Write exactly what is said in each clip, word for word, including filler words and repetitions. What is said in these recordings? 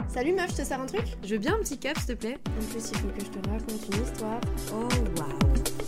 Salut meuf, je te sers un truc? Je veux bien un petit cap, s'il te plaît. En plus, il faut que je te raconte une histoire. Oh, wow.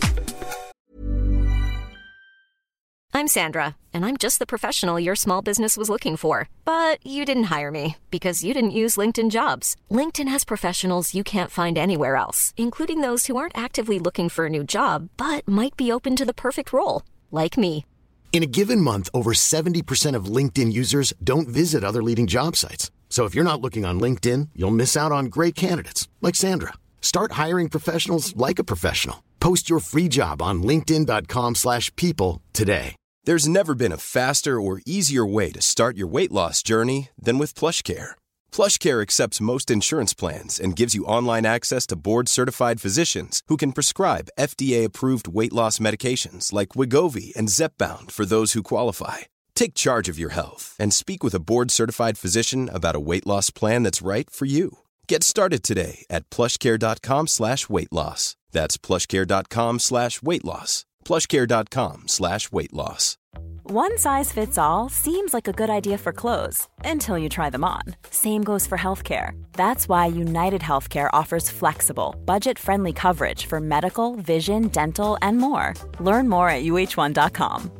I'm Sandra, and I'm just the professional your small business was looking for. But you didn't hire me, because you didn't use LinkedIn Jobs. LinkedIn has professionals you can't find anywhere else, including those who aren't actively looking for a new job, but might be open to the perfect role, like me. In a given month, over seventy percent of LinkedIn users don't visit other leading job sites. So if you're not looking on LinkedIn, you'll miss out on great candidates like Sandra. Start hiring professionals like a professional. Post your free job on linkedin dot com slash people today. There's never been a faster or easier way to start your weight loss journey than with PlushCare. PlushCare accepts most insurance plans and gives you online access to board-certified physicians who can prescribe F D A-approved weight loss medications like Wegovy and Zepbound for those who qualify. Take charge of your health and speak with a board-certified physician about a weight loss plan that's right for you. Get started today at plushcare.com slash weight loss. That's plushcare.com slash weight loss. plushcare.com slash weight loss. One size fits all seems like a good idea for clothes until you try them on. Same goes for healthcare. That's why United Healthcare offers flexible, budget-friendly coverage for medical, vision, dental, and more. Learn more at u h one dot com.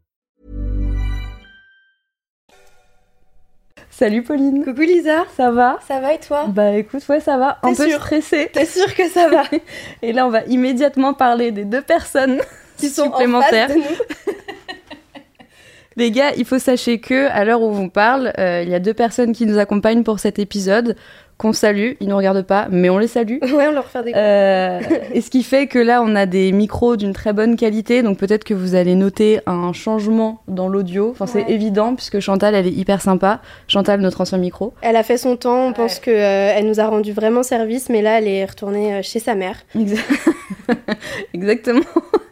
Salut Pauline. Coucou Lisa. Ça va? Ça va et toi? Bah écoute, ouais ça va. T'es un peu sûre? stressée. T'es sûre que ça va? Et là on va immédiatement parler des deux personnes qui sont supplémentaires. En face de nous. Les gars, il faut sachez que à l'heure où on parle, euh, il y a deux personnes qui nous accompagnent pour cet épisode, qu'on salue. Ils nous regardent pas, mais on les salue. Ouais, on leur fait des euh, Et ce qui fait que là, on a des micros d'une très bonne qualité, donc peut-être que vous allez noter un changement dans l'audio. Enfin, ouais. C'est évident, puisque Chantal, elle est hyper sympa. Chantal, notre ancien micro. Elle a fait son temps, on ouais. pense qu'elle euh, nous a rendu vraiment service, mais là, elle est retournée euh, chez sa mère. Exactement.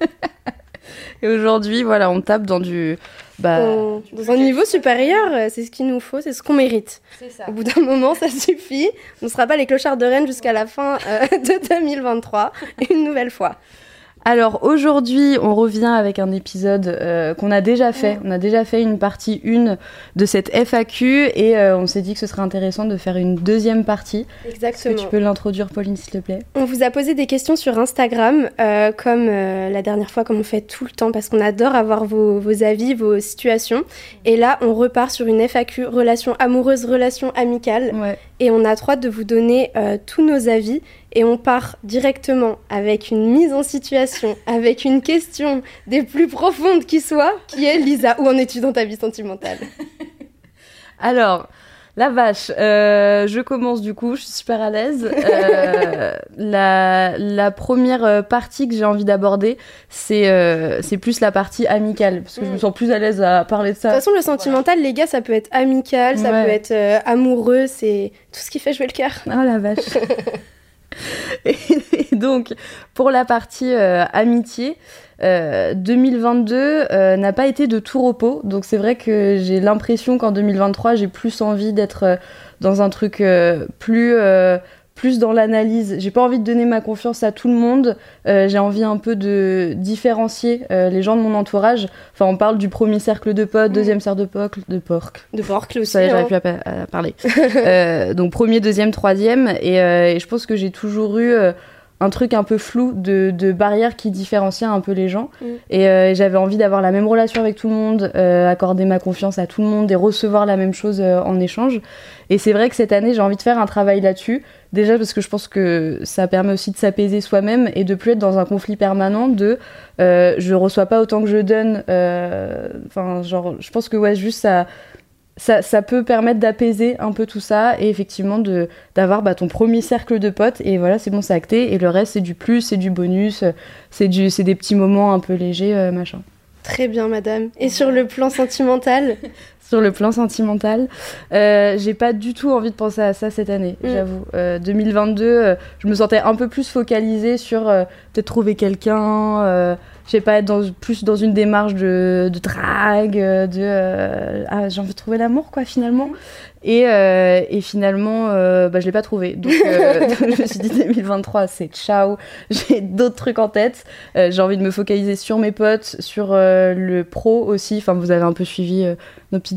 Et aujourd'hui, voilà, on tape dans du... Bah, dans, dans un niveau supérieur, c'est ce qu'il nous faut, c'est ce qu'on mérite. C'est ça. Au bout d'un moment, ça suffit. On ne sera pas les clochards de Rennes jusqu'à la fin euh, de deux mille vingt-trois, une nouvelle fois. Alors aujourd'hui, on revient avec un épisode euh, qu'on a déjà fait. On a déjà fait une partie une de cette F A Q et euh, on s'est dit que ce serait intéressant de faire une deuxième partie. Exactement. Est-ce que tu peux l'introduire, Pauline, s'il te plaît? On vous a posé des questions sur Instagram, euh, comme euh, la dernière fois, comme on fait tout le temps, parce qu'on adore avoir vos, vos avis, vos situations. Et là, on repart sur une F A Q, relations amoureuses, relations amicales. Ouais. Et on a trop hâte de vous donner euh, tous nos avis. Et on part directement avec une mise en situation, avec une question des plus profondes qui soit, qui est Lisa, où en es-tu dans ta vie sentimentale? Alors, la vache, euh, je commence du coup, je suis super à l'aise. Euh, la, la première partie que j'ai envie d'aborder, c'est, euh, c'est plus la partie amicale, parce que mmh. je me sens plus à l'aise à parler de ça. De toute façon, le sentimental, voilà. Les gars, ça peut être amical, ça ouais. peut être euh, amoureux, c'est tout ce qui fait jouer le cœur. Oh la vache. Et, et donc, pour la partie euh, amitié, euh, deux mille vingt-deux euh, n'a pas été de tout repos. Donc, c'est vrai que j'ai l'impression qu'en deux mille vingt-trois, j'ai plus envie d'être euh, dans un truc euh, plus, euh, plus dans l'analyse. J'ai pas envie de donner ma confiance à tout le monde. Euh, j'ai envie un peu de différencier euh, les gens de mon entourage. Enfin, on parle du premier cercle de potes, mmh. deuxième cercle de potes, de porc. De porc aussi. Ça y est, j'arrive plus à, pa- à parler. euh, donc, premier, deuxième, troisième. Et, euh, et je pense que j'ai toujours eu euh, un truc un peu flou de, de barrière qui différenciait un peu les gens. Mmh. Et euh, j'avais envie d'avoir la même relation avec tout le monde, euh, accorder ma confiance à tout le monde et recevoir la même chose euh, en échange. Et c'est vrai que cette année, j'ai envie de faire un travail là-dessus. Déjà parce que je pense que ça permet aussi de s'apaiser soi-même et de plus être dans un conflit permanent de euh, je reçois pas autant que je donne. Enfin, euh, genre, je pense que ouais, juste ça, ça, ça peut permettre d'apaiser un peu tout ça et effectivement de, d'avoir bah, ton premier cercle de potes et voilà, c'est bon, c'est acté. Et le reste, c'est du plus, c'est du bonus, c'est, du, c'est des petits moments un peu légers, euh, machin. Très bien, madame. Et sur le plan sentimental? Sur le plan sentimental, euh, j'ai pas du tout envie de penser à ça cette année, mmh. j'avoue. Euh, deux mille vingt-deux, euh, je me sentais un peu plus focalisée sur euh, peut-être trouver quelqu'un, euh, je sais pas, être dans, plus dans une démarche de, de drague, de euh, ah, j'ai envie de trouver l'amour, quoi, finalement. Mmh. Et, euh, et finalement, euh, bah, je l'ai pas trouvé. Donc, euh, je me suis dit deux mille vingt-trois, c'est ciao. J'ai d'autres trucs en tête. Euh, j'ai envie de me focaliser sur mes potes, sur euh, le pro aussi. Enfin, vous avez un peu suivi euh, nos petites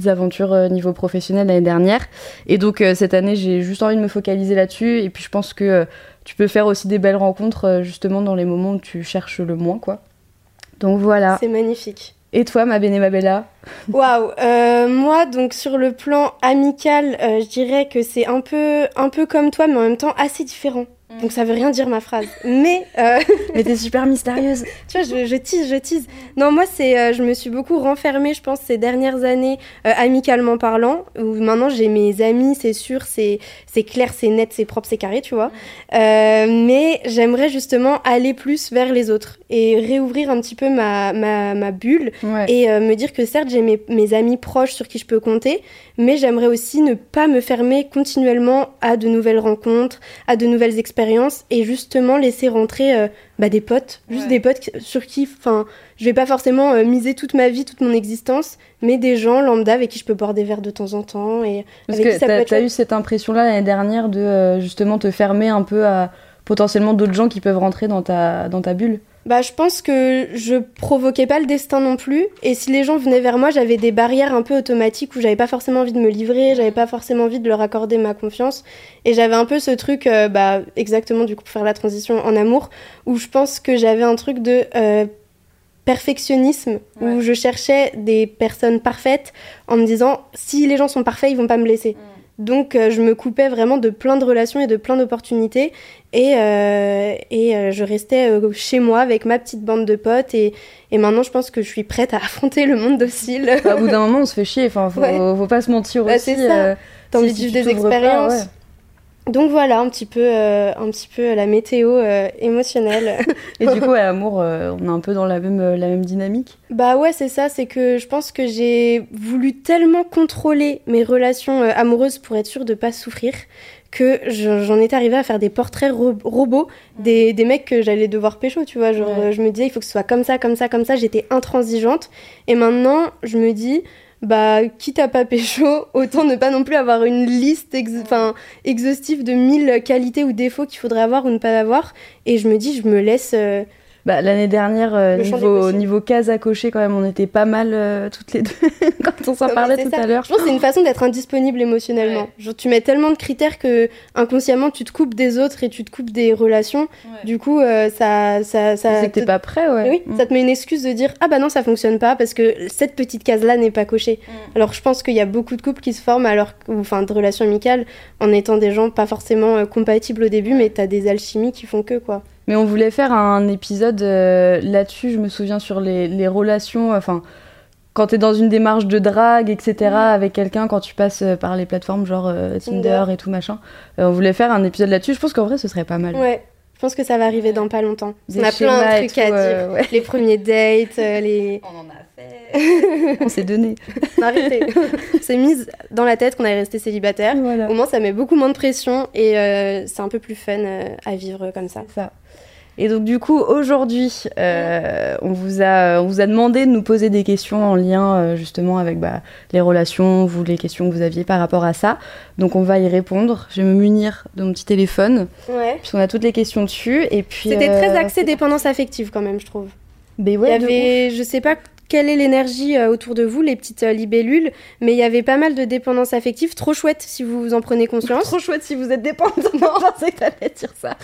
petites aventures euh, niveau professionnel l'année dernière. Et donc, euh, cette année, j'ai juste envie de me focaliser là-dessus. Et puis, je pense que euh, tu peux faire aussi des belles rencontres, euh, justement, dans les moments où tu cherches le moins, quoi. Donc, voilà. C'est magnifique. Et toi, ma bene, ma bella? Waouh, euh, moi donc sur le plan amical, euh, je dirais que c'est un peu, un peu comme toi, mais en même temps assez différent. Mmh. Donc ça veut rien dire ma phrase. Mais euh... mais t'es super mystérieuse. Tu vois, je, je tease, je tease. Non, moi c'est, euh, je me suis beaucoup renfermée, je pense, ces dernières années, euh, amicalement parlant. Où maintenant j'ai mes amis, c'est sûr, c'est, c'est clair, c'est net, c'est propre, c'est carré, tu vois. Mmh. Euh, mais j'aimerais justement aller plus vers les autres et réouvrir un petit peu ma, ma, ma bulle ouais. et euh, me dire que certes j'ai mes, mes amis proches sur qui je peux compter, mais j'aimerais aussi ne pas me fermer continuellement à de nouvelles rencontres, à de nouvelles expériences et justement laisser rentrer euh, bah, des potes, juste ouais. des potes sur qui, enfin, je vais pas forcément euh, miser toute ma vie, toute mon existence, mais des gens lambda avec qui je peux boire des verres de temps en temps. Et parce avec que qui ça t'as, peut être t'as eu cette impression-là l'année dernière de euh, justement te fermer un peu à potentiellement d'autres gens qui peuvent rentrer dans ta, dans ta bulle? Bah, je pense que je provoquais pas le destin non plus. Et si les gens venaient vers moi, j'avais des barrières un peu automatiques où j'avais pas forcément envie de me livrer, j'avais pas forcément envie de leur accorder ma confiance. Et j'avais un peu ce truc, euh, bah, exactement, du coup, pour faire la transition en amour, où je pense que j'avais un truc de euh, perfectionnisme, ouais. où je cherchais des personnes parfaites en me disant, si les gens sont parfaits, ils vont pas me laisser. Mm. Donc, euh, je me coupais vraiment de plein de relations et de plein d'opportunités. Et, euh, et euh, je restais euh, chez moi avec ma petite bande de potes. Et, et maintenant, je pense que je suis prête à affronter le monde docile. Bah, au bout d'un moment, on se fait chier. Enfin, faut, ouais. faut pas se mentir bah, aussi. C'est ça. Euh, T'as envie si, de vivre si des expériences. Pas, ouais. Donc voilà, un petit peu, euh, un petit peu la météo euh, émotionnelle. Et du coup, à l'amour, euh, on est un peu dans la même, euh, la même dynamique. Bah ouais, c'est ça. C'est que je pense que j'ai voulu tellement contrôler mes relations euh, amoureuses pour être sûre de pas souffrir que j'en étais arrivée à faire des portraits ro- robots des, des mecs que j'allais devoir pécho, tu vois. Genre, ouais. je me disais, il faut que ce soit comme ça, comme ça, comme ça. J'étais intransigeante. Et maintenant, je me dis... bah, quitte à pas pécho, autant ne pas non plus avoir une liste ex- exhaustive de mille qualités ou défauts qu'il faudrait avoir ou ne pas avoir. Et je me dis, je me laisse... Euh, bah, l'année dernière, euh, niveau, niveau case à cocher, quand même, on était pas mal euh, toutes les deux quand on s'en parlait tout ça. à l'heure. Je pense que c'est une façon d'être indisponible émotionnellement. Ouais. Genre, tu mets tellement de critères que inconsciemment, tu te coupes des autres et tu te coupes des relations. Ouais. Du coup, euh, ça... ça, ça c'est que te... t'es pas prêt, ouais. Oui, mmh. ça te met une excuse de dire « Ah bah non, ça fonctionne pas parce que cette petite case-là n'est pas cochée. Mmh. » Alors, je pense qu'il y a beaucoup de couples qui se forment, alors, ou, enfin, de relations amicales, en étant des gens pas forcément euh, compatibles au début, mais t'as des alchimies qui font que, quoi. Mais on voulait faire un épisode euh, là-dessus, je me souviens, sur les, les relations, enfin, quand t'es dans une démarche de drague, et cetera, mmh. avec quelqu'un, quand tu passes par les plateformes genre euh, Tinder, Tinder et tout machin. Euh, on voulait faire un épisode là-dessus, je pense qu'en vrai, ce serait pas mal. Ouais, je pense que ça va arriver dans pas longtemps. Des on a plein de trucs tout, à dire. Euh, ouais. Les premiers dates, euh, les... On en a fait. On s'est donné. Arrêtez. On s'est mise dans la tête qu'on allait rester célibataire. Voilà. Au moins, ça met beaucoup moins de pression et euh, c'est un peu plus fun euh, à vivre comme ça. C'est ça. Et donc du coup aujourd'hui euh, on, vous a, on vous a demandé de nous poser des questions en lien euh, justement avec bah, les relations, vous les questions que vous aviez par rapport à ça. Donc on va y répondre. Je vais me munir de mon petit téléphone ouais. puisqu'on a toutes les questions dessus. Et puis, c'était euh, très axé dépendance affective quand même je trouve. Mais ouais, il y avait, je sais pas quelle est l'énergie euh, autour de vous, les petites euh, libellules, mais il y avait pas mal de dépendance affective. Trop chouette si vous en prenez conscience. Trop chouette si vous êtes dépendante. Non, je pensais que t'allais dire ça.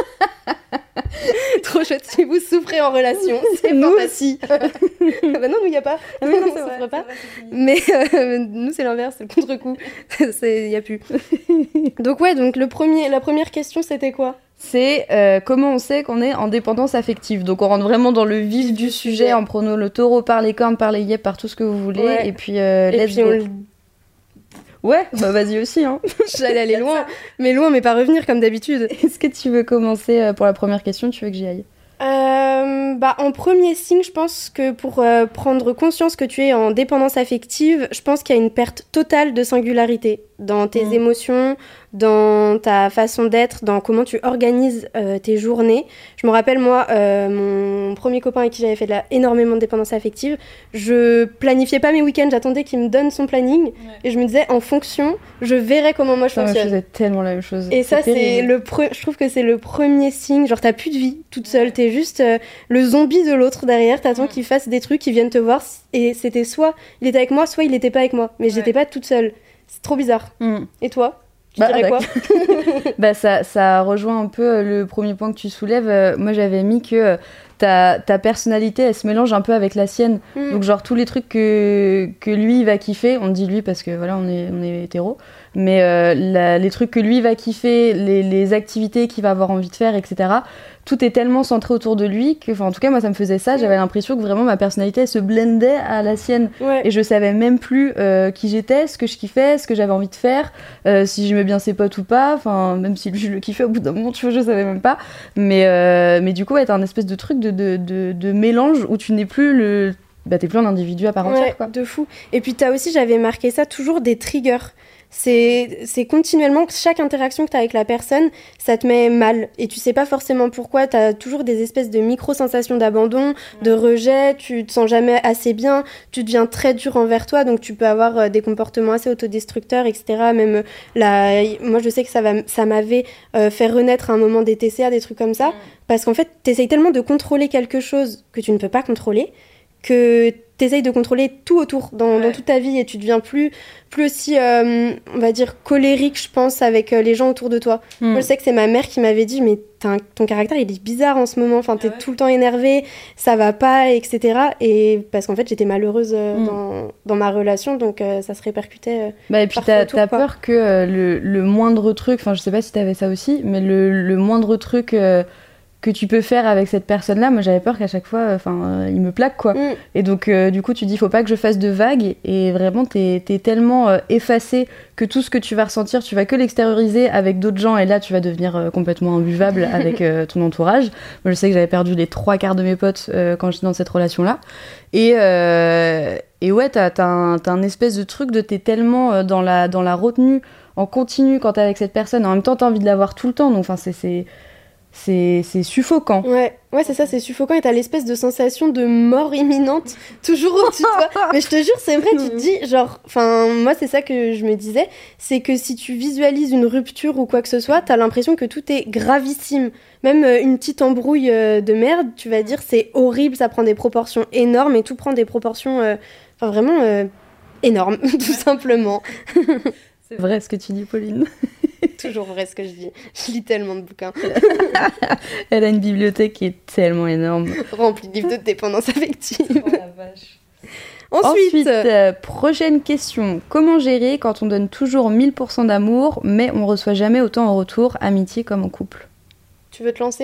Trop chouette si vous souffrez en relation. C'est nous aussi. ah bah non, nous il y a pas. Ah oui, non, on souffre pas. Mais euh, nous c'est l'inverse, c'est le contre-coup. Il y a plus. Donc ouais, donc le premier, la première question c'était quoi ? C'est euh, comment on sait qu'on est en dépendance affective. Donc on rentre vraiment dans le vif du sujet ouais. en prenant le taureau par les cornes, par les yeux, par tout ce que vous voulez. Ouais. Et puis, euh, et let's puis go. On... Ouais, bah vas-y aussi. Hein. J'allais aller loin, mais loin, mais pas revenir comme d'habitude. Est-ce que tu veux commencer pour la première question ? Tu veux que j'y aille ? Euh, bah, en premier signe, je pense que pour euh, prendre conscience que tu es en dépendance affective, je pense qu'il y a une perte totale de singularité dans tes mmh. émotions, dans ta façon d'être, dans comment tu organises euh, tes journées. Je me rappelle, moi, euh, mon premier copain avec qui j'avais fait de la, énormément de dépendance affective, je planifiais pas mes week-ends, j'attendais qu'il me donne son planning, ouais. et je me disais, en fonction, je verrai comment moi je ça, fonctionne. Je faisais tellement la même chose. Et c'est ça, terrible. c'est le pre- je trouve que c'est le premier signe, genre t'as plus de vie toute seule, t'es juste, euh, le zombie de l'autre derrière, t'attends mmh. qu'il fasse des trucs, qu'il vienne te voir, et c'était soit il était avec moi, soit il était pas avec moi, mais ouais. j'étais pas toute seule. C'est trop bizarre. Mmh. Et toi ? Tu bah, dirais quoi? bah, ça, ça rejoint un peu le premier point que tu soulèves. Euh, moi, j'avais mis que euh, ta, ta personnalité, elle se mélange un peu avec la sienne. Mm. Donc, genre, tous les trucs que, que lui, il va kiffer, on dit lui parce que, voilà, on est, on est hétéro, mais euh, la, les trucs que lui va kiffer, les, les activités qu'il va avoir envie de faire, et cetera, tout est tellement centré autour de lui que, enfin, en tout cas, moi, ça me faisait ça. J'avais l'impression que vraiment ma personnalité, elle se blendait à la sienne. Ouais. Et je savais même plus euh, qui j'étais, ce que je kiffais, ce que j'avais envie de faire, euh, si j'aimais bien ses potes ou pas. Enfin, même si lui, je le kiffais au bout d'un moment, tu vois, je savais même pas. Mais, euh, mais du coup, ouais, t'as un espèce de truc de, de, de, de mélange où tu n'es plus le... Bah, t'es plus un individu à part entière, ouais, quoi. De fou. Et puis, t'as aussi, j'avais marqué ça, toujours des triggers. C'est, c'est continuellement, chaque interaction que tu as avec la personne, ça te met mal. Et tu sais pas forcément pourquoi, tu as toujours des espèces de micro-sensations d'abandon, de rejet, tu te sens jamais assez bien, tu deviens très dur envers toi, donc tu peux avoir des comportements assez autodestructeurs, et cetera. Même la... Moi, je sais que ça, va, ça m'avait euh, fait renaître à un moment des T C A, des trucs comme ça, mmh. parce qu'en fait, tu essayes tellement de contrôler quelque chose que tu ne peux pas contrôler, que t'essayes de contrôler tout autour dans, ouais. dans toute ta vie et tu deviens plus, plus aussi, euh, on va dire, colérique, je pense, avec euh, les gens autour de toi. Mm. Moi, je sais que c'est ma mère qui m'avait dit, mais un, ton caractère, il est bizarre en ce moment, enfin, t'es ah ouais. tout le temps énervée, ça va pas, et cetera. Et parce qu'en fait, j'étais malheureuse euh, mm. dans, dans ma relation, donc euh, ça se répercutait euh, bah, et puis t'as, autour, t'as peur que euh, le, le moindre truc, enfin, je sais pas si t'avais ça aussi, mais le, le moindre truc... Euh, que tu peux faire avec cette personne-là, moi j'avais peur qu'à chaque fois, enfin, euh, il me plaque, quoi. Mm. Et donc, euh, du coup, tu dis, faut pas que je fasse de vagues, et vraiment, t'es, t'es tellement euh, effacé que tout ce que tu vas ressentir, tu vas que l'extérioriser avec d'autres gens, et là, tu vas devenir euh, complètement imbuvable avec euh, ton entourage. Moi, je sais que j'avais perdu les trois quarts de mes potes euh, quand j'étais dans cette relation-là. Et, euh, et ouais, t'as, t'as, un, t'as un espèce de truc de t'es tellement euh, dans, la, dans la retenue, en continu, quand t'es avec cette personne, en même temps, t'as envie de la voir tout le temps, donc, enfin, c'est... c'est C'est, c'est suffocant. Ouais, ouais, c'est ça, c'est suffocant et t'as l'espèce de sensation de mort imminente toujours au-dessus de toi. Mais je te jure, c'est vrai, tu te dis, genre, enfin, moi, c'est ça que je me disais, c'est que si tu visualises une rupture ou quoi que ce soit, t'as l'impression que tout est gravissime. Même euh, une petite embrouille euh, de merde, tu vas dire, c'est horrible, ça prend des proportions énormes et tout prend des proportions, enfin, euh, vraiment euh, énormes, tout simplement. C'est vrai ce que tu dis, Pauline. Toujours vrai ce que je dis. Je lis tellement de bouquins. Elle a une bibliothèque qui est tellement énorme. Remplie de livres de dépendance affective. Oh la vache. Ensuite, Ensuite euh, prochaine question. Comment gérer quand on donne toujours mille pour cent d'amour, mais on reçoit jamais autant en retour, amitié comme en couple? Tu veux te lancer ?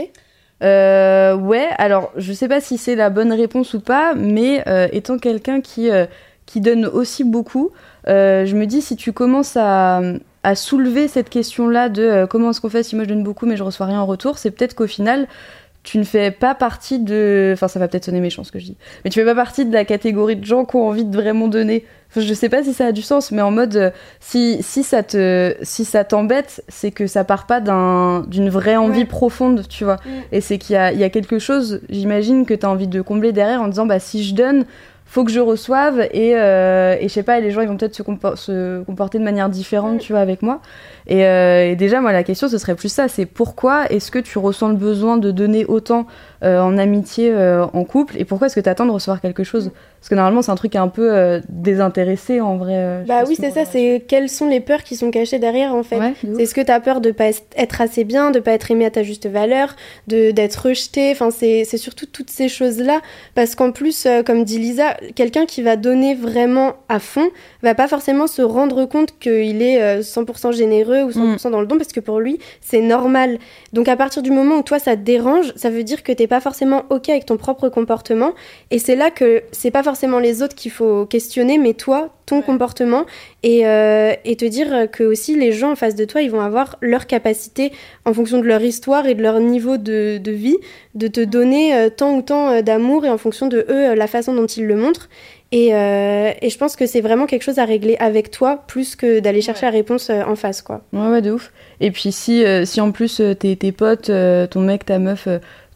euh, Ouais, alors je sais pas si c'est la bonne réponse ou pas, mais euh, étant quelqu'un qui, euh, qui donne aussi beaucoup, euh, je me dis si tu commences à... à soulever cette question-là de euh, comment est-ce qu'on fait si moi je donne beaucoup mais je reçois rien en retour, c'est peut-être qu'au final, tu ne fais pas partie de... Enfin, ça va peut-être sonner méchant ce que je dis, mais tu fais pas partie de la catégorie de gens qui ont envie de vraiment donner. Enfin, je sais pas si ça a du sens, mais en mode, euh, si, si, ça te, si ça t'embête, c'est que ça part pas d'un, d'une vraie envie ouais. profonde, tu vois. Mm. Et c'est qu'il y a, il y a quelque chose, j'imagine, que t'as envie de combler derrière en disant, bah si je donne... faut que je reçoive et, euh, et je sais pas, les gens ils vont peut-être se, compor- se comporter de manière différente, mmh. tu vois, avec moi. Et, euh, et déjà, moi, la question, ce serait plus ça, c'est pourquoi est-ce que tu ressens le besoin de donner autant euh, en amitié, euh, en couple, et pourquoi est-ce que tu attends de recevoir quelque chose ? Parce que normalement, c'est un truc un peu euh, désintéressé, en vrai. Euh, bah oui, c'est ça, c'est quelles sont les peurs qui sont cachées derrière, en fait. Ouais, c'est est-ce que t'as peur de pas être assez bien, de pas être aimé à ta juste valeur, de, d'être rejeté, enfin, c'est, c'est surtout toutes ces choses-là, parce qu'en plus, euh, comme dit Lisa, quelqu'un qui va donner vraiment à fond va pas forcément se rendre compte qu'il est euh, cent pour cent généreux ou cent pour cent mmh. dans le don, parce que pour lui, c'est normal. Donc à partir du moment où toi, ça te dérange, ça veut dire que t'es pas forcément OK avec ton propre comportement, et c'est là que c'est pas forcément les autres qu'il faut questionner, mais toi, ton ouais. comportement, et, euh, et te dire que aussi les gens en face de toi, ils vont avoir leur capacité, en fonction de leur histoire et de leur niveau de, de vie, de te donner euh, tant ou tant euh, d'amour, et en fonction de eux, euh, la façon dont ils le montrent. Et, euh, et je pense que c'est vraiment quelque chose à régler avec toi, plus que d'aller chercher ouais. la réponse euh, en face, quoi. Ouais, ouais, de ouf. Et puis si, euh, si en plus euh, tes, tes potes, euh, ton mec, ta meuf... Euh,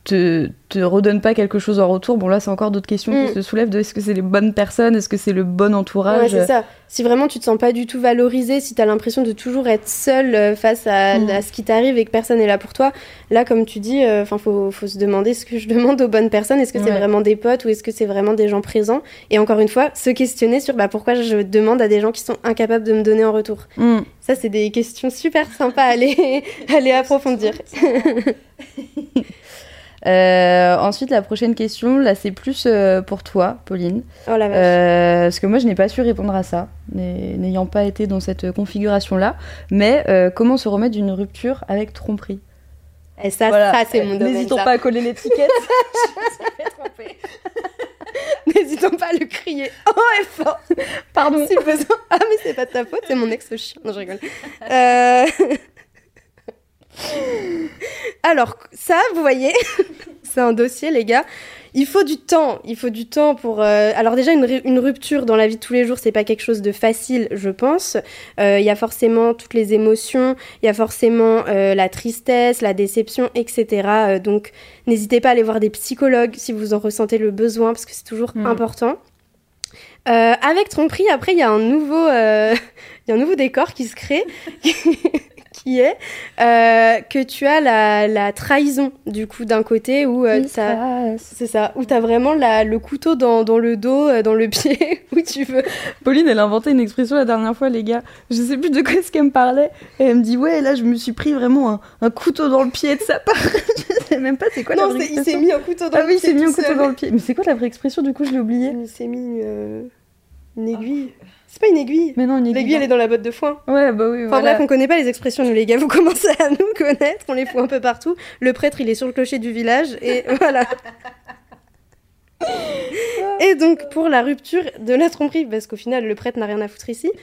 te, te redonnent pas quelque chose en retour, bon là c'est encore d'autres questions mm. qui se soulèvent de est-ce que c'est les bonnes personnes, est-ce que c'est le bon entourage. Ouais, c'est ça. Si vraiment tu te sens pas du tout valorisé, si t'as l'impression de toujours être seule face à, mm. à ce qui t'arrive et que personne n'est là pour toi, là comme tu dis, enfin euh, faut, faut se demander ce que je demande aux bonnes personnes, est-ce que ouais. c'est vraiment des potes ou est-ce que c'est vraiment des gens présents, et encore une fois se questionner sur bah, pourquoi je demande à des gens qui sont incapables de me donner en retour. Mm. Ça c'est des questions super sympas à aller, à aller approfondir. Euh, ensuite, la prochaine question, là, c'est plus euh, pour toi, Pauline. Oh la vache. Euh, parce que moi, je n'ai pas su répondre à ça, n'ayant pas été dans cette configuration-là. Mais euh, comment se remettre d'une rupture avec tromperie ? Et ça, voilà. ça c'est mon domaine. N'hésitons ça. pas à coller l'étiquette. Je me suis fait tromper. N'hésitons pas à le crier haut et fort. Pardon. Si besoin. Ah, mais c'est pas de ta faute, c'est mon ex-chien. Non, je rigole. Euh... Alors, ça, vous voyez, c'est un dossier, les gars. Il faut du temps. Il faut du temps pour... Euh... Alors déjà, une, une rupture dans la vie de tous les jours, c'est pas quelque chose de facile, je pense. Il euh, y a forcément toutes les émotions, il y a forcément euh, la tristesse, la déception, et cetera. Euh, donc, n'hésitez pas à aller voir des psychologues si vous en ressentez le besoin, parce que c'est toujours mmh. important. Euh, avec tromperie, après, il y a un nouveau, euh... y a un nouveau décor qui se crée... qui est euh, que tu as la, la trahison du coup d'un côté où euh, t'as, c'est ça, où t'as vraiment la, le couteau dans, dans le dos, euh, dans le pied, où tu veux. Pauline, elle a inventé une expression la dernière fois, les gars. Je sais plus de quoi est-ce qu'elle me parlait. Et elle me dit ouais, là je me suis pris vraiment un, un couteau dans le pied de sa part. Je sais même pas c'est quoi non, la vraie expression. Non, il s'est mis un couteau dans ah, le oui, pied. Ah oui, il s'est mis un couteau seul. dans le pied. Mais c'est quoi la vraie expression du coup, je l'ai oublié. Il s'est mis euh, une aiguille. Ah. C'est pas une aiguille. Mais non, une aiguille. L'aiguille, elle est dans la botte de foin. Ouais, bah oui, enfin voilà. bref, on connaît pas les expressions, nous, les gars. Vous commencez à nous connaître. On les fout un peu partout. Le prêtre, il est sur le clocher du village. Et voilà. Et donc, pour la rupture de la tromperie, parce qu'au final, le prêtre n'a rien à foutre ici,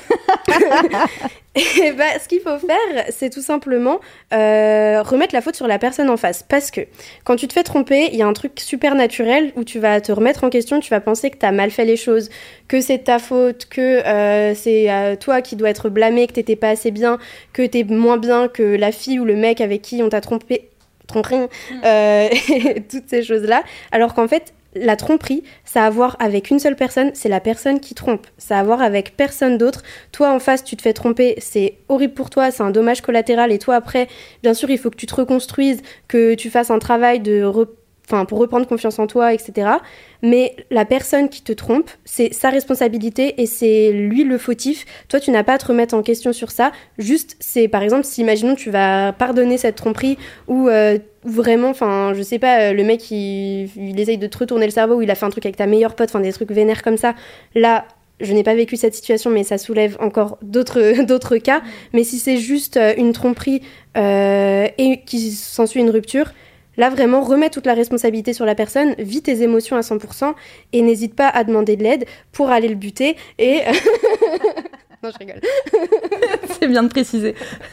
et bah, ce qu'il faut faire, c'est tout simplement euh, remettre la faute sur la personne en face. Parce que quand tu te fais tromper, il y a un truc super naturel où tu vas te remettre en question, tu vas penser que tu as mal fait les choses, que c'est de ta faute, que euh, c'est euh, toi qui dois être blâmé, que tu n'étais pas assez bien, que tu es moins bien que la fille ou le mec avec qui on t'a trompé, tromperie, euh, et toutes ces choses-là. Alors qu'en fait, la tromperie, ça a à voir avec une seule personne, c'est la personne qui trompe. Ça a à voir avec personne d'autre. Toi, en face, tu te fais tromper, c'est horrible pour toi, c'est un dommage collatéral. Et toi, après, bien sûr, il faut que tu te reconstruises, que tu fasses un travail de re... enfin, pour reprendre confiance en toi, et cetera. Mais la personne qui te trompe, c'est sa responsabilité et c'est lui le fautif. Toi, tu n'as pas à te remettre en question sur ça. Juste, c'est par exemple, si imaginons tu vas pardonner cette tromperie ou euh, vraiment, enfin, je sais pas, le mec, il, il essaye de te retourner le cerveau ou il a fait un truc avec ta meilleure pote, enfin, des trucs vénères comme ça. Là, je n'ai pas vécu cette situation, mais ça soulève encore d'autres, d'autres cas. Mais si c'est juste une tromperie euh, et qu'il s'ensuit une rupture, là, vraiment, remets toute la responsabilité sur la personne, vis tes émotions à cent pour cent et n'hésite pas à demander de l'aide pour aller le buter et... non, je rigole. C'est bien de préciser.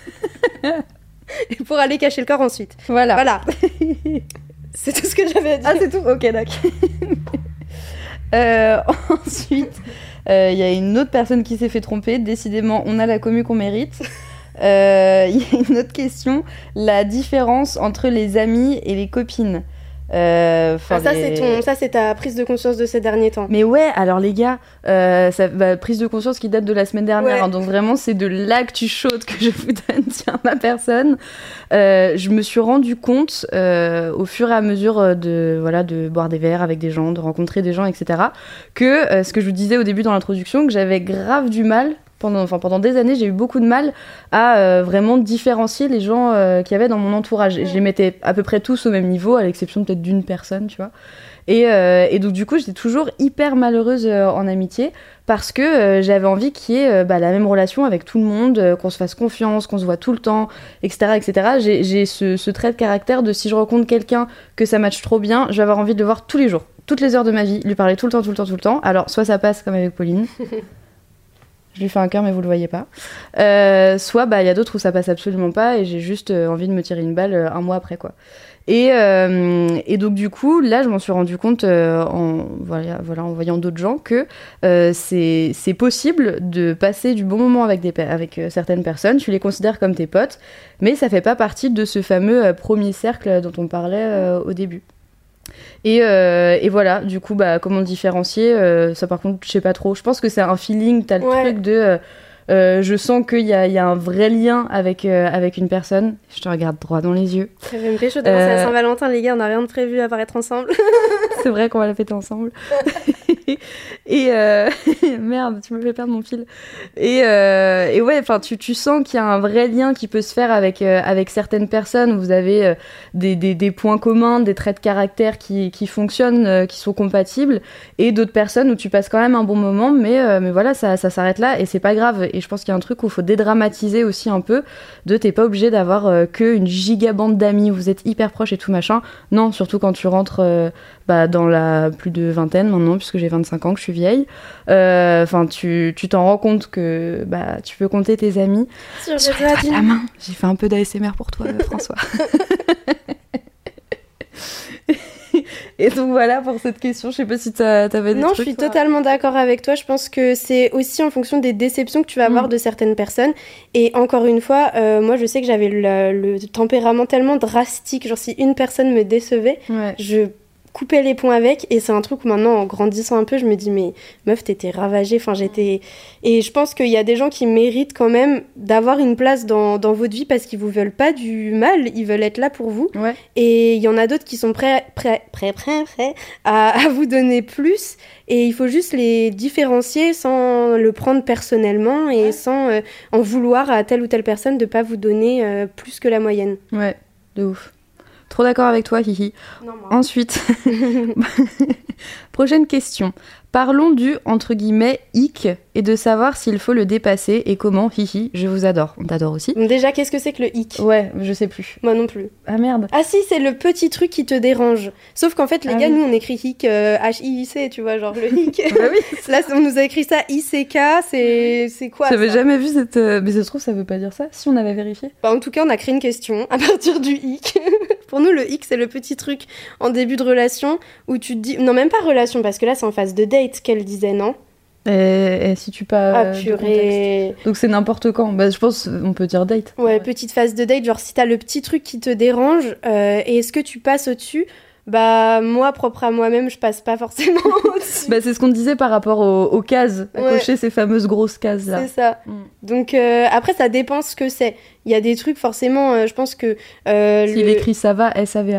Et pour aller cacher le corps ensuite. Voilà. Voilà. C'est tout ce que j'avais à dire. Ah, c'est tout ? Ok, d'accord. euh, ensuite, il euh, y a une autre personne qui s'est fait tromper. Décidément, on a la commu qu'on mérite. Il euh, y a une autre question, la différence entre les amis et les copines. Euh, ah, ça, les... c'est ton, ça, c'est ta prise de conscience de ces derniers temps. Mais ouais, alors les gars, euh, ça, bah, prise de conscience qui date de la semaine dernière, ouais. hein, donc vraiment, c'est de l'actu chaude que je vous donne, tiens, ma personne. Euh, je me suis rendu compte, euh, au fur et à mesure de, voilà, de boire des verres avec des gens, de rencontrer des gens, et cetera, que euh, ce que je vous disais au début dans l'introduction, que j'avais grave du mal. Pendant, enfin, pendant des années, j'ai eu beaucoup de mal à euh, vraiment différencier les gens euh, qu'il y avait dans mon entourage. Et je les mettais à peu près tous au même niveau, à l'exception peut-être d'une personne, tu vois. Et, euh, et donc, du coup, j'étais toujours hyper malheureuse euh, en amitié parce que euh, j'avais envie qu'il y ait euh, bah, la même relation avec tout le monde, euh, qu'on se fasse confiance, qu'on se voit tout le temps, et cetera, et cetera. J'ai, j'ai ce, ce trait de caractère de si je rencontre quelqu'un que ça matche trop bien, je vais avoir envie de le voir tous les jours, toutes les heures de ma vie, lui parler tout le temps, tout le temps, tout le temps. Alors, soit ça passe comme avec Pauline... Je lui fais un cœur, mais vous le voyez pas. Euh, soit, bah, il y a d'autres où ça passe absolument pas et j'ai juste euh, envie de me tirer une balle euh, un mois après, quoi. Et, euh, et donc du coup, là, je m'en suis rendu compte euh, en, voilà, voilà, en voyant d'autres gens que euh, c'est, c'est possible de passer du bon moment avec, des, avec euh, certaines personnes. Tu les considères comme tes potes, mais ça fait pas partie de ce fameux euh, premier cercle dont on parlait euh, au début. Et, euh, et voilà, du coup, bah, comment différencier euh, ça, par contre, je sais pas trop. Je pense que c'est un feeling, t'as le Ouais. truc de... Euh, Euh, je sens qu'il y a, il y a un vrai lien avec, euh, avec une personne. Je te regarde droit dans les yeux. Ça va me pécho demain, c'est Euh, à Saint-Valentin, les gars, on n'a rien de prévu à part être ensemble. C'est vrai qu'on va la fêter ensemble. Et euh... merde, tu me fais perdre mon fil. Et, euh... et ouais, enfin, tu, tu sens qu'il y a un vrai lien qui peut se faire avec, euh, avec certaines personnes. Vous avez euh, des, des, des points communs, des traits de caractère qui, qui fonctionnent, euh, qui sont compatibles, et d'autres personnes où tu passes quand même un bon moment, mais, euh, mais voilà, ça, ça s'arrête là et c'est pas grave. Et je pense qu'il y a un truc où il faut dédramatiser aussi un peu, de t'es pas obligé d'avoir euh, que une gigabande d'amis, vous êtes hyper proches et tout machin. Non, surtout quand tu rentres euh, bah, dans la plus de vingtaine maintenant, puisque j'ai vingt-cinq ans, que je suis vieille. Enfin, euh, tu, tu t'en rends compte que bah, tu peux compter tes amis Sur, sur les doigts de la main. J'ai fait un peu d'A S M R pour toi, François. Et donc voilà pour cette question, je sais pas si t'as, t'avais des non, trucs. je suis toi. totalement d'accord avec toi. Je pense que c'est aussi en fonction des déceptions que tu vas avoir Mm. de certaines personnes. Et encore une fois, euh, moi je sais que j'avais le, le tempérament tellement drastique. Genre si une personne me décevait, Ouais. je coupais les ponts avec. Et c'est un truc où maintenant, en grandissant un peu, je me dis mais meuf, t'étais ravagée. Enfin, j'étais... Et je pense qu'il y a des gens qui méritent quand même d'avoir une place dans, dans votre vie parce qu'ils vous veulent pas du mal. Ils veulent être là pour vous. Ouais. Et il y en a d'autres qui sont prêts, prêts, prêts, prêts, prêts à, à vous donner plus. Et il faut juste les différencier sans le prendre personnellement et sans euh, en vouloir à telle ou telle personne de pas vous donner euh, plus que la moyenne. Ouais, de ouf. Trop d'accord avec toi, hihi. Non, moi. Ensuite, prochaine question. Parlons du, entre guillemets, hic et de savoir s'il faut le dépasser et comment, hihi, je vous adore. On t'adore aussi. Donc déjà, qu'est-ce que c'est que le hic ? Ouais, je sais plus. Moi non plus. Ah merde. Ah si, c'est le petit truc qui te dérange. Sauf qu'en fait, les Ah gars, oui. nous, on écrit hic, euh, H I I C, tu vois, genre le hic. Bah oui. Là, on nous a écrit ça I C K, c'est, c'est quoi J'avais ça jamais vu cette... euh, Mais ça se trouve, ça veut pas dire ça. Si on avait vérifié. Bah, en tout cas, on a créé une question à partir du hic. Pour nous, le hic, c'est le petit truc en début de relation où tu te dis... Non, même pas relation, parce que là, c'est en phase de date qu'elle disait, non ? Et, et si tu pas... Ah, euh, de purée. contexte. Donc c'est n'importe quand. Bah je pense on peut dire date. Ouais, petite phase de date, genre si t'as le petit truc qui te dérange, euh, et est-ce que tu passes au-dessus ? Bah, moi, propre à moi-même, je passe pas forcément au-dessus. Bah c'est ce qu'on disait par rapport aux, aux cases. À Ouais. cocher ces fameuses grosses cases là. C'est ça. Mm. Donc, euh, après, ça dépend ce que c'est. Il y a des trucs, forcément, euh, je pense que... Euh, S'il le... écrit ça va, S A V A.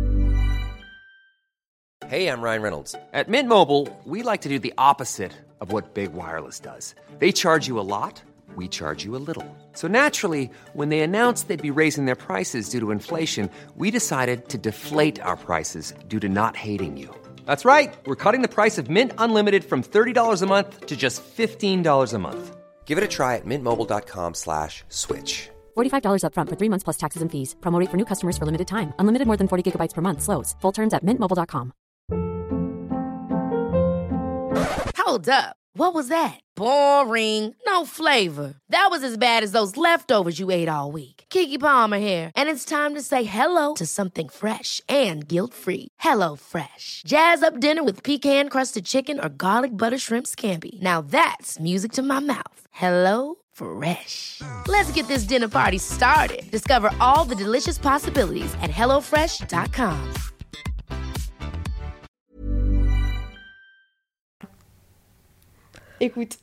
Hey, I'm Ryan Reynolds. At Mint Mobile, we like to do the opposite of what Big Wireless does. They charge you a lot, we charge you a little. So naturally, when they announced they'd be raising their prices due to inflation, we decided to deflate our prices due to not hating you. That's right. We're cutting the price of Mint Unlimited from thirty dollars a month to just fifteen dollars a month. Give it a try at mintmobile.com slash switch. forty-five dollars up front for three months plus taxes and fees. Promo rate for new customers for limited time. Unlimited more than forty gigabytes per month. Slows full terms at mint mobile dot com. Hold up. What was that? Boring. No flavor. That was as bad as those leftovers you ate all week. Keke Palmer here, and it's time to say hello to something fresh and guilt-free. Hello Fresh. Jazz up dinner with pecan-crusted chicken or garlic butter shrimp scampi. Now that's music to my mouth. Hello Fresh. Let's get this dinner party started. Discover all the delicious possibilities at hello fresh dot com. Écoute,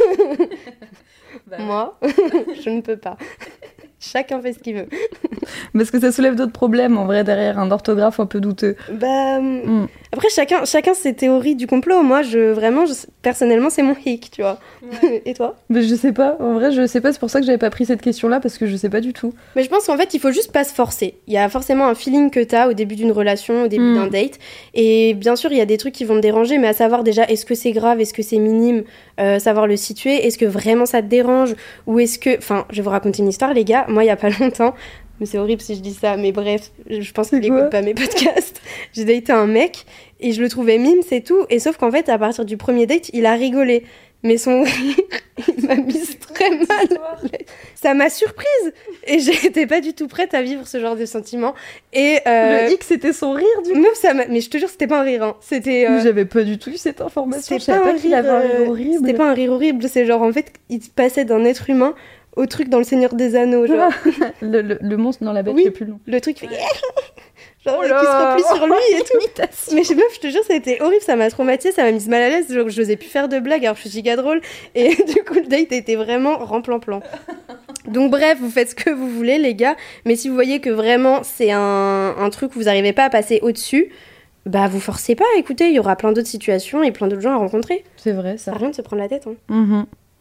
moi, je ne peux pas. Chacun fait ce qu'il veut. Parce que ça soulève d'autres problèmes en vrai derrière un orthographe un peu douteux. Bah, Mm. après, chacun, chacun ses théories du complot. Moi, je, vraiment, je- personnellement, c'est mon hic, tu vois. Et toi ? Mais je sais pas, en vrai je sais pas, c'est pour ça que j'avais pas pris cette question là parce que je sais pas du tout. Mais je pense qu'en fait, il faut juste pas se forcer. Il y a forcément un feeling que t'as au début d'une relation, au début Mm. d'un date. Et bien sûr, il y a des trucs qui vont te déranger, mais à savoir déjà, est-ce que c'est grave, est-ce que c'est minime, euh, savoir le situer, est-ce que vraiment ça te dérange, ou est-ce que... Enfin, je vais vous raconter une histoire, les gars. Moi, il y a pas longtemps, mais c'est horrible si je dis ça, mais bref, je pense qu'il C'est quoi écoute pas mes podcasts. J'ai daté un mec, et je le trouvais mime, c'est tout. Et sauf qu'en fait, à partir du premier date, il a rigolé. mais son rire, il m'a mise très mal. Ça m'a surprise et j'étais pas du tout prête à vivre ce genre de sentiment. Et euh, le hic, c'était son rire, du coup. Meuf, ça m'a... Mais je te jure, c'était pas un rire. Hein. C'était. Euh... J'avais pas du tout eu cette information. C'était pas, un rire, avait un rire horrible. C'était pas un rire horrible. C'est genre en fait, il passait d'un être humain au truc dans le Seigneur des Anneaux, genre. le, le, le monstre dans la bête, oui, je sais plus le nom. Le truc qui fait. Genre, oh qui se replie sur lui et tout. Mais je sais pas, je te jure, ça a été horrible, ça m'a traumatisée, ça m'a mise mal à l'aise. Genre, je n'osais plus faire de blagues, alors je suis giga drôle. Et du coup, le date était vraiment remplan-plan. Donc, bref, vous faites ce que vous voulez, les gars. Mais si vous voyez que vraiment c'est un, un truc où vous n'arrivez pas à passer au-dessus, bah, vous forcez pas. Écoutez, il y aura plein d'autres situations et plein d'autres gens à rencontrer. C'est vrai, ça. Ça n'a rien de se prendre la tête. Hein. Mm-hmm.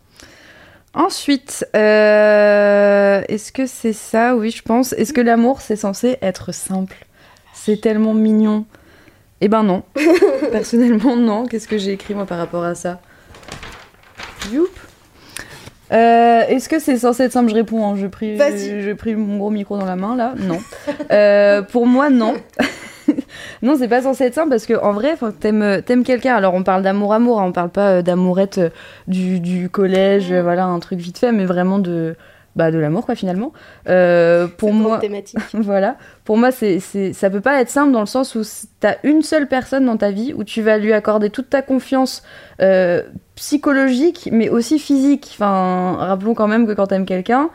Ensuite, euh, est-ce que c'est ça ? Oui, je pense. Est-ce que l'amour, c'est censé être simple ? C'est tellement mignon. Eh ben non. Personnellement, non. Qu'est-ce que j'ai écrit, moi, par rapport à ça ? Youp. Euh, est-ce que c'est censé être simple ? Je réponds. Hein. J'ai pris, j'ai pris mon gros micro dans la main, là. Non. euh, pour moi, non. Non, c'est pas censé être simple parce qu'en vrai, t'aimes, t'aimes quelqu'un. Alors, on parle d'amour-amour. Hein, on parle pas d'amourette du, du collège, mmh. voilà, un truc vite fait, mais vraiment de... Bah, de l'amour, quoi, finalement. Euh, pour c'est moi, thématique. Voilà. Pour moi, c'est, c'est, ça peut pas être simple dans le sens où t'as une seule personne dans ta vie où tu vas lui accorder toute ta confiance euh, psychologique, mais aussi physique. Enfin, rappelons quand même que quand t'aimes quelqu'un,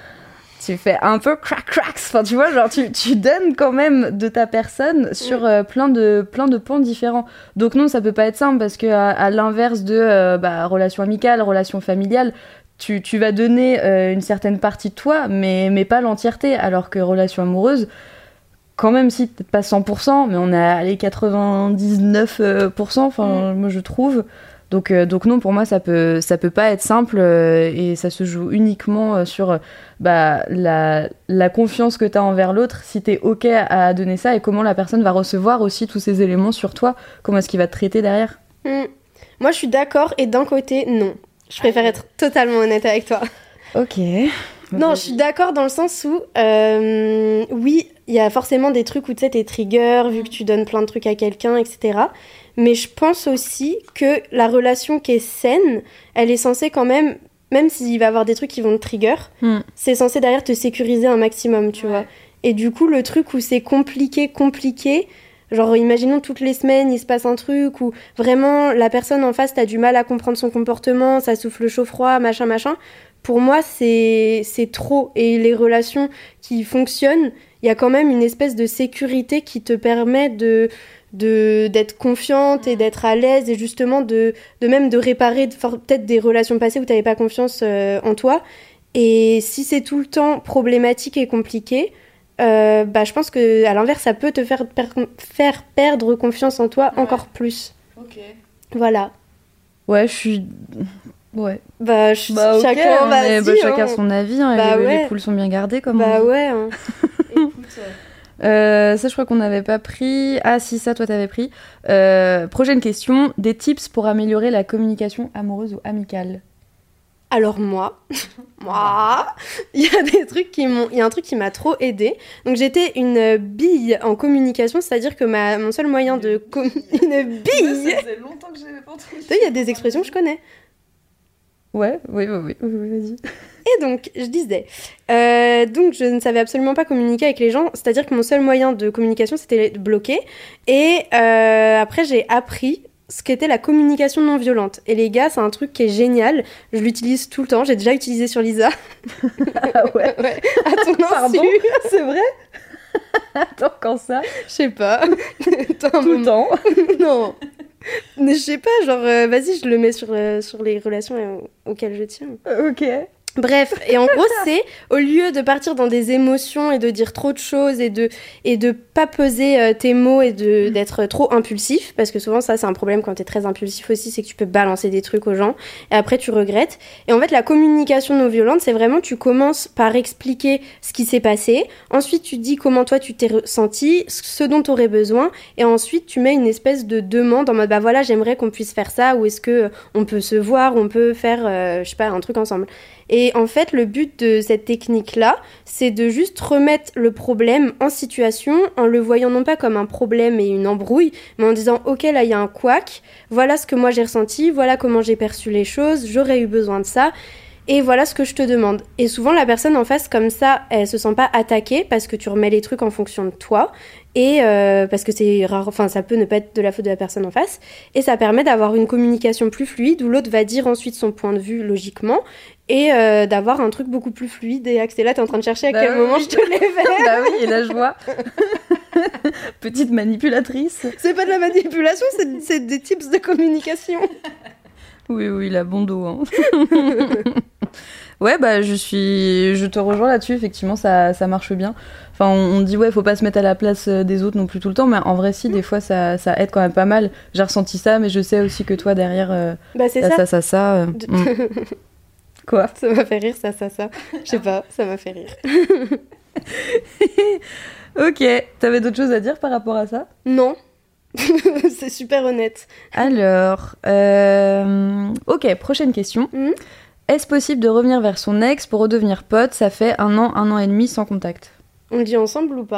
tu fais un peu crack-cracks. Enfin, tu vois, genre, tu, tu donnes quand même de ta personne sur euh, plein, de, plein de pans différents. Donc non, ça peut pas être simple parce que à, à l'inverse de euh, bah, relation amicale, relation familiale, Tu, tu vas donner euh, une certaine partie de toi, mais, mais pas l'entièreté. Alors que relation amoureuse, quand même, si, peut-être pas cent pour cent, mais on est à les quatre-vingt-dix-neuf pour cent, enfin, mmh. moi je trouve. Donc, euh, donc non, pour moi, ça peut, ça peut pas être simple euh, et ça se joue uniquement euh, sur bah, la, la confiance que t'as envers l'autre, si t'es OK à donner ça et comment la personne va recevoir aussi tous ces éléments sur toi, comment est-ce qu'il va te traiter derrière. Mmh. Moi, je suis d'accord et d'un côté, non. Je préfère ah, être totalement honnête avec toi. Ok. Non, je suis d'accord dans le sens où, euh, oui, il y a forcément des trucs où tu sais, t'es trigger, vu que tu donnes plein de trucs à quelqu'un, et cetera. Mais je pense aussi que la relation qui est saine, elle est censée quand même, même s'il va y avoir des trucs qui vont te trigger, mm. c'est censé derrière te sécuriser un maximum, tu ouais. vois. Et du coup, le truc où c'est compliqué, compliqué... Genre, imaginons toutes les semaines, il se passe un truc où vraiment la personne en face, t'as du mal à comprendre son comportement, ça souffle chaud-froid, machin, machin. Pour moi, c'est, c'est trop. Et les relations qui fonctionnent, il y a quand même une espèce de sécurité qui te permet de, de, d'être confiante et d'être à l'aise et justement de, de même de réparer peut-être des relations passées où t'avais pas confiance euh, en toi. Et si c'est tout le temps problématique et compliqué... Euh, bah, je pense qu'à l'inverse, ça peut te faire, per- faire perdre confiance en toi ouais. encore plus. Ok. Voilà. Ouais, je suis... Ouais. Bah, je... bah chacun, okay, vas-y, bah, hein. Chacun son avis, hein, bah, les, ouais. les poules sont bien gardées, comme bah, on dit. ouais. Hein. Écoute... Euh, ça, je crois qu'on n'avait pas pris... Ah, si, ça, toi, t'avais pris. Euh, prochaine question. Des tips pour améliorer la communication amoureuse ou amicale ? Alors moi, moi, il y a des trucs qui m'ont, il y a un truc qui m'a trop aidée. Donc j'étais une bille en communication, c'est-à-dire que ma, mon seul moyen de com... une bille. Ça faisait longtemps que j'avais pas entendu. Il y a des expressions que je connais. Ouais, oui, oui, oui, oui, vas-y. Et donc, je disais, euh, donc je ne savais absolument pas communiquer avec les gens, c'est-à-dire que mon seul moyen de communication, c'était de bloquer. Et euh, après, j'ai appris ce qu'était la communication non violente. Et les gars, c'est un truc qui est génial. Je l'utilise tout le temps. J'ai déjà utilisé sur Lisa. Ah ouais, ouais. À ton Pardon, c'est vrai. Attends, quand ça ? Je sais pas. Tout le temps. Non. Mais je sais pas, genre, euh, vas-y, je le mets sur, euh, sur les relations euh, auxquelles je tiens. Ok. Bref, et en gros, c'est au lieu de partir dans des émotions et de dire trop de choses et de, et de pas peser euh, tes mots et de, d'être trop impulsif, parce que souvent, ça, c'est un problème quand t'es très impulsif aussi, c'est que tu peux balancer des trucs aux gens et après, tu regrettes. Et en fait, la communication non violente, c'est vraiment, tu commences par expliquer ce qui s'est passé, ensuite, tu dis comment toi, tu t'es ressenti, ce dont t'aurais besoin, et ensuite, tu mets une espèce de demande en mode, bah voilà, j'aimerais qu'on puisse faire ça, ou est-ce que on peut se voir, on peut faire, euh, je sais pas, un truc ensemble. Et Et en fait, le but de cette technique-là, c'est de juste remettre le problème en situation, en le voyant non pas comme un problème et une embrouille, mais en disant « Ok, là, il y a un couac, voilà ce que moi j'ai ressenti, voilà comment j'ai perçu les choses, j'aurais eu besoin de ça. » Et voilà ce que je te demande. Et souvent, la personne en face, comme ça, elle se sent pas attaquée parce que tu remets les trucs en fonction de toi. Et euh, parce que c'est rare, enfin, ça peut ne pas être de la faute de la personne en face. Et ça permet d'avoir une communication plus fluide où l'autre va dire ensuite son point de vue logiquement. Et euh, d'avoir un truc beaucoup plus fluide. Et Axel, là, t'es en train de chercher à bah quel oui. moment je te l'ai fait. Bah oui, et là, je vois. Petite manipulatrice. C'est pas de la manipulation, c'est, c'est des tips de communication. Oui, oui, la bon dos. Hein. Ouais, bah je suis, je te rejoins là-dessus. Effectivement, ça, ça marche bien. Enfin, on, on dit ouais, faut pas se mettre à la place des autres non plus tout le temps, mais en vrai, si, des fois, ça, ça aide quand même pas mal. J'ai ressenti ça, mais je sais aussi que toi derrière, euh, bah c'est ça, ça, ça, ça, ça. Euh, De... mm. Quoi ? Ça m'a fait rire, ça, ça, ça. Je sais pas, ça m'a fait rire. Ok, t'avais d'autres choses à dire par rapport à ça ? Non. C'est super honnête. Alors, euh... ok, prochaine question. Mmh. Est-ce possible de revenir vers son ex pour redevenir pote ? Ça fait un an, un an et demi sans contact. On le dit ensemble ou pas ?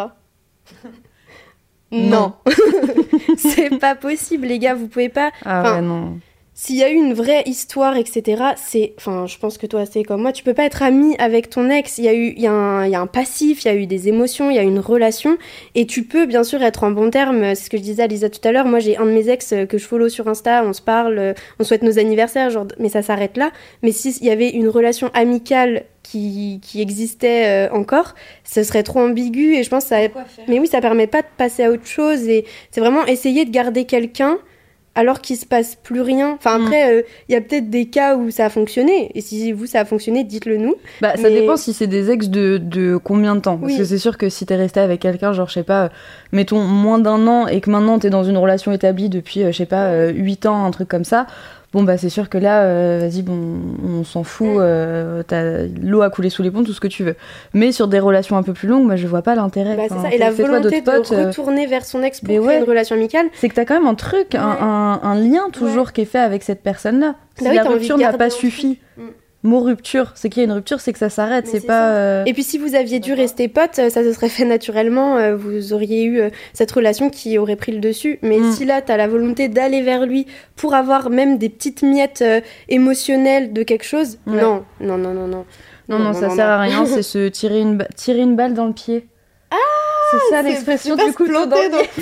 Non. C'est pas possible, les gars, vous pouvez pas... Ah enfin, ouais, non. S'il y a eu une vraie histoire, et cetera, c'est... Enfin, je pense que toi, c'est comme moi, tu peux pas être ami avec ton ex. Il y a eu il y a un, il y a un passif, il y a eu des émotions, il y a une relation. Et tu peux, bien sûr, être en bon terme. C'est ce que je disais à Lisa tout à l'heure. Moi, j'ai un de mes ex que je follow sur Insta, on se parle, on souhaite nos anniversaires, genre, mais ça s'arrête là. Mais s'il y avait une relation amicale qui, qui existait euh, encore, ce serait trop ambigu. Et je pense que ça... Mais oui, ça permet pas de passer à autre chose. Et c'est vraiment essayer de garder quelqu'un alors qu'il se passe plus rien. Enfin, après, il mm. euh, y a peut-être des cas où ça a fonctionné. Et si vous, ça a fonctionné, dites-le nous. Bah, mais... ça dépend si c'est des ex de, de combien de temps. Parce oui. que c'est sûr que si t'es resté avec quelqu'un, genre, je sais pas, euh, mettons, moins d'un an, et que maintenant t'es dans une relation établie depuis, euh, je sais pas, euh, huit ans, un truc comme ça, bon, bah, c'est sûr que là, euh, vas-y, bon, on s'en fout, euh, t'as l'eau à couler sous les ponts, tout ce que tu veux. Mais sur des relations un peu plus longues, moi, je vois pas l'intérêt. Bah, enfin, c'est ça. Et la volonté de potes, retourner euh... vers son ex pour créer ouais. une relation amicale. C'est que t'as quand même un truc, ouais. un, un, un lien toujours ouais. qui est fait avec cette personne-là. Si bah oui, la rupture n'a pas suffi. Mm. Mot rupture, c'est qu'il y a une rupture, c'est que ça s'arrête, c'est, c'est pas... Euh... Et puis si vous aviez dû rester potes, ça se serait fait naturellement, euh, vous auriez eu euh, cette relation qui aurait pris le dessus. Mais mm. si là, t'as la volonté d'aller vers lui pour avoir même des petites miettes euh, émotionnelles de quelque chose, ouais. non, non, non, non, non. Non, non, non, ça non, sert non. à rien, c'est se tirer une, ba- tirer une balle dans le pied. Ah, c'est ça l'expression du couteau dans le pied.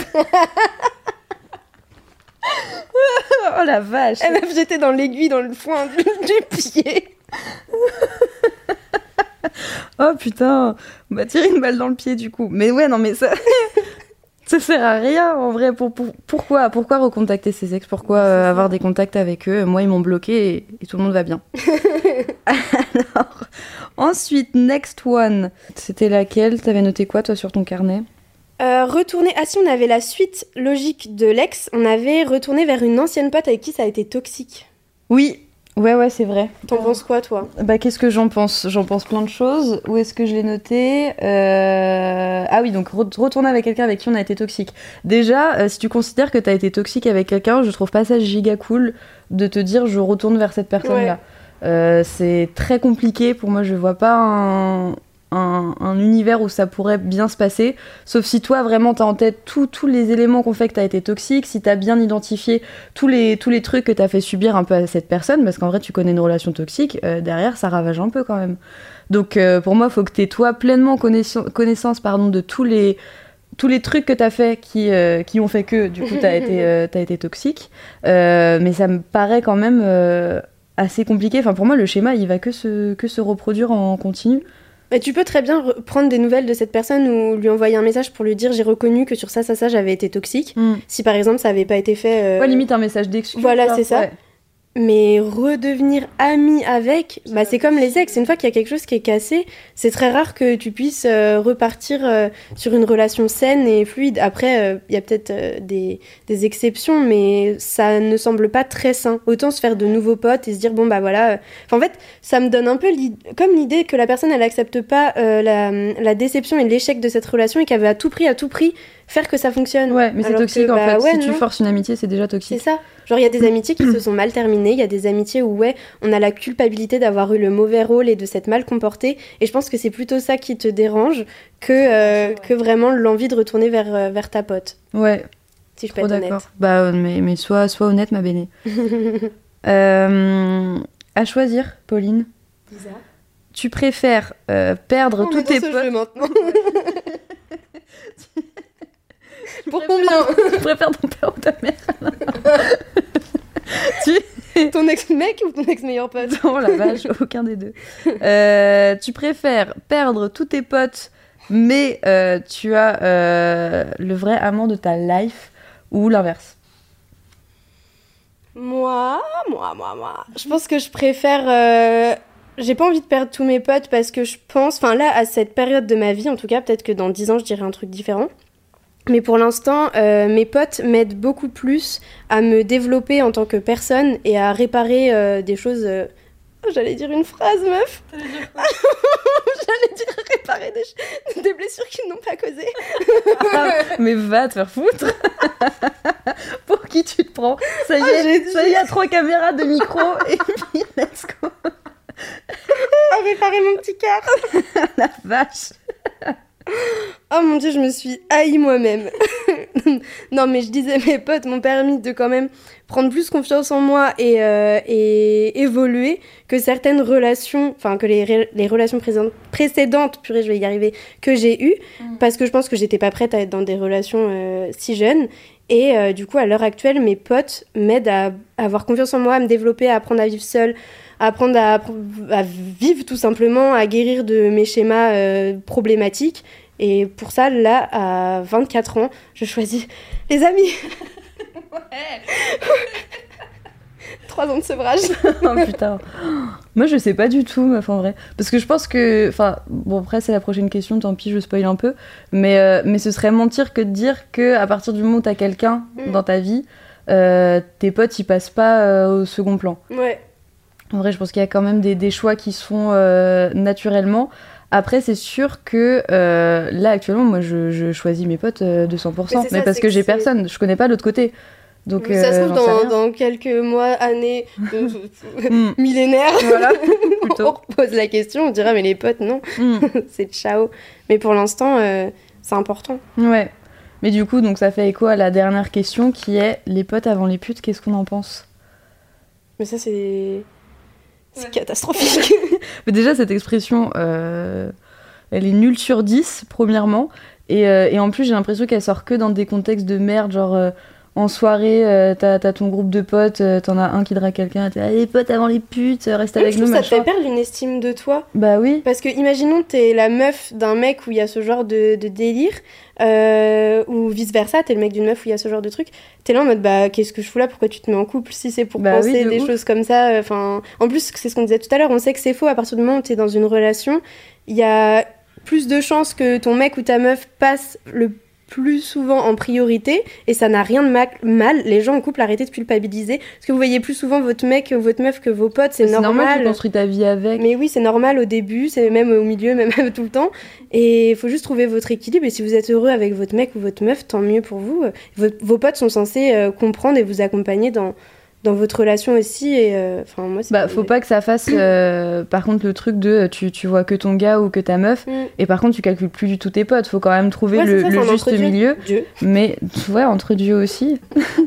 Oh la vache. Elle m'a jeté dans l'aiguille, dans le foin du, du pied. Oh putain, on m'a tiré une balle dans le pied du coup. Mais ouais, non mais ça... ça sert à rien en vrai. Pour, pour, pourquoi, pourquoi recontacter ses ex ? Pourquoi euh, avoir des contacts avec eux ? Moi, ils m'ont bloqué et, et tout le monde va bien. Alors, ensuite, next one. C'était laquelle ? T'avais noté quoi toi sur ton carnet ? Euh, retourner... Ah si, on avait la suite logique de l'ex, on avait retourné vers une ancienne pote avec qui ça a été toxique. Oui, ouais, ouais, c'est vrai. T'en penses quoi, toi ? Bah, qu'est-ce que j'en pense ? J'en pense plein de choses. Où est-ce que je l'ai noté ? euh... Ah oui, donc re- retourner avec quelqu'un avec qui on a été toxique. Déjà, euh, si tu considères que t'as été toxique avec quelqu'un, je trouve pas ça giga cool de te dire je retourne vers cette personne-là. Ouais. Euh, c'est très compliqué. Pour moi, je vois pas un... Un, un univers où ça pourrait bien se passer, sauf si toi vraiment t'as en tête tous les éléments qui ont fait que t'as été toxique, si t'as bien identifié tous les, tous les trucs que t'as fait subir un peu à cette personne, parce qu'en vrai tu connais une relation toxique, euh, derrière ça ravage un peu quand même. Donc euh, pour moi faut que t'aies toi pleinement connaissance, connaissance pardon, de tous les, tous les trucs que t'as fait qui, euh, qui ont fait que du coup t'as été, euh, t'as été toxique, euh, mais ça me paraît quand même euh, assez compliqué. Enfin pour moi le schéma il va que se, que se reproduire en continu. Et tu peux très bien re- prendre des nouvelles de cette personne ou lui envoyer un message pour lui dire j'ai reconnu que sur ça, ça, ça, j'avais été toxique. Mm. Si par exemple ça avait pas été fait... Euh... Ouais, limite un message d'excuse. Voilà, ça. c'est ça. Ouais. Mais redevenir ami avec, bah c'est comme les ex. Une fois qu'il y a quelque chose qui est cassé, c'est très rare que tu puisses euh, repartir euh, sur une relation saine et fluide. Après, il euh, y a peut-être euh, des, des exceptions, mais ça ne semble pas très sain. Autant se faire de nouveaux potes et se dire bon bah voilà. Euh... Enfin, en fait, ça me donne un peu l'id- comme l'idée que la personne elle accepte pas euh, la, la déception et l'échec de cette relation et qu'elle veut à tout prix, à tout prix faire que ça fonctionne. Ouais, mais c'est Alors toxique que, en bah, fait. ouais, si tu non. forces une amitié, c'est déjà toxique. C'est ça. Genre, il y a des amitiés qui se sont mal terminées, il y a des amitiés où, ouais, on a la culpabilité d'avoir eu le mauvais rôle et de s'être mal comporté. Et je pense que c'est plutôt ça qui te dérange que, euh, que vraiment l'envie de retourner vers, euh, vers ta pote. Ouais. Si je peux Trop être d'accord. honnête. Bah, mais, mais sois, sois honnête, ma béné. euh, à choisir, Pauline. Lisa. Tu préfères euh, perdre On tous est dans tes ce potes. jeu maintenant. Pour Tu combien préfères- Tu préfères ton père ou ta mère tu... Ton ex-mec ou ton ex-meilleur pote? Oh la vache, aucun des deux. Euh, tu préfères perdre tous tes potes, mais euh, tu as euh, le vrai amant de ta life, ou l'inverse? Moi, moi, moi, moi. Je pense que je préfère... euh, J'ai pas envie de perdre tous mes potes parce que je pense... Enfin là, à cette période de ma vie, en tout cas, peut-être que dans dix ans, je dirais un truc différent. Mais pour l'instant, euh, mes potes m'aident beaucoup plus à me développer en tant que personne et à réparer euh, des choses... euh, oh, j'allais dire une phrase, meuf. J'allais dire réparer des, ch- des blessures qu'ils n'ont pas causées. Mais va te faire foutre. Pour qui tu te prends? Ça y Ah, est, j'ai- ça y est, trois caméras, deux micros, et puis let's go. À réparer mon petit cœur. La vache. Oh mon dieu, je me suis haïe moi-même. Non, mais je disais, mes potes m'ont permis de quand même prendre plus confiance en moi et, euh, et évoluer que certaines relations, enfin que les, ré- les relations présentes- précédentes, purée, je vais y arriver, que j'ai eues, mm. parce que je pense que j'étais pas prête à être dans des relations euh, si jeunes. Et euh, du coup, à l'heure actuelle, mes potes m'aident à, à avoir confiance en moi, à me développer, à apprendre à vivre seule, à apprendre à, à vivre tout simplement, à guérir de mes schémas euh, problématiques. Et pour ça, là, à vingt-quatre ans, je choisis les amis. Ouais. Trois ans de sevrage. Oh putain. Moi, je sais pas du tout, meuf, en vrai. Parce que je pense que... Enfin, bon, après, c'est la prochaine question, tant pis, je spoil un peu. Mais, euh, mais ce serait mentir que de dire qu'à partir du moment où t'as quelqu'un mm. dans ta vie, euh, tes potes, ils passent pas euh, au second plan. Ouais. En vrai, je pense qu'il y a quand même des, des choix qui se font euh, naturellement. Après, c'est sûr que euh, là, actuellement, moi, je, je choisis mes potes euh, de cent pour cent. Mais, mais ça, parce que, que j'ai c'est... personne. Je connais pas l'autre côté. Donc, mais ça se euh, trouve, dans, dans quelques mois, années, mm. millénaires, voilà, plutôt. On repose la question, on dira, mais les potes, non. Mm. C'est ciao. Mais pour l'instant, euh, c'est important. Ouais. Mais du coup, donc ça fait écho à la dernière question qui est les potes avant les putes, qu'est-ce qu'on en pense? Mais ça, c'est... C'est ouais. catastrophique. Mais déjà, cette expression, euh, elle est nulle sur dix, premièrement. Et, euh, et en plus, j'ai l'impression qu'elle sort que dans des contextes de merde, genre... Euh, en soirée, euh, t'as, t'as ton groupe de potes, euh, t'en as un qui drague quelqu'un, t'es ah, les potes avant les putes, reste ouais, avec je nous, machin. Ça te fait perdre une estime de toi. Bah oui. Parce que imaginons t'es la meuf d'un mec où il y a ce genre de, de délire, euh, ou vice versa, t'es le mec d'une meuf où il y a ce genre de truc. T'es là en mode bah qu'est-ce que je fous là, pourquoi tu te mets en couple si c'est pour bah penser oui, des ouf. Choses comme ça. Enfin, en plus c'est ce qu'on disait tout à l'heure, on sait que c'est faux à partir du moment où t'es dans une relation, il y a plus de chances que ton mec ou ta meuf passe le plus souvent en priorité, et ça n'a rien de ma- mal. Les gens en couple, arrêtez de culpabiliser, parce que vous voyez plus souvent votre mec ou votre meuf que vos potes, c'est, c'est normal. C'est normal, tu construis ta vie avec. Mais oui, c'est normal au début, c'est même au milieu, même tout le temps, et il faut juste trouver votre équilibre, et si vous êtes heureux avec votre mec ou votre meuf, tant mieux pour vous. Vos, vos potes sont censés euh, comprendre et vous accompagner dans... dans votre relation aussi, et enfin euh, moi c'est bah faut pas que ça fasse euh, par contre le truc de tu, tu vois que ton gars ou que ta meuf mm. et par contre tu calcules plus du tout tes potes, faut quand même trouver ouais, le, ça, le juste milieu Dieu. Mais ouais, entre Dieu aussi.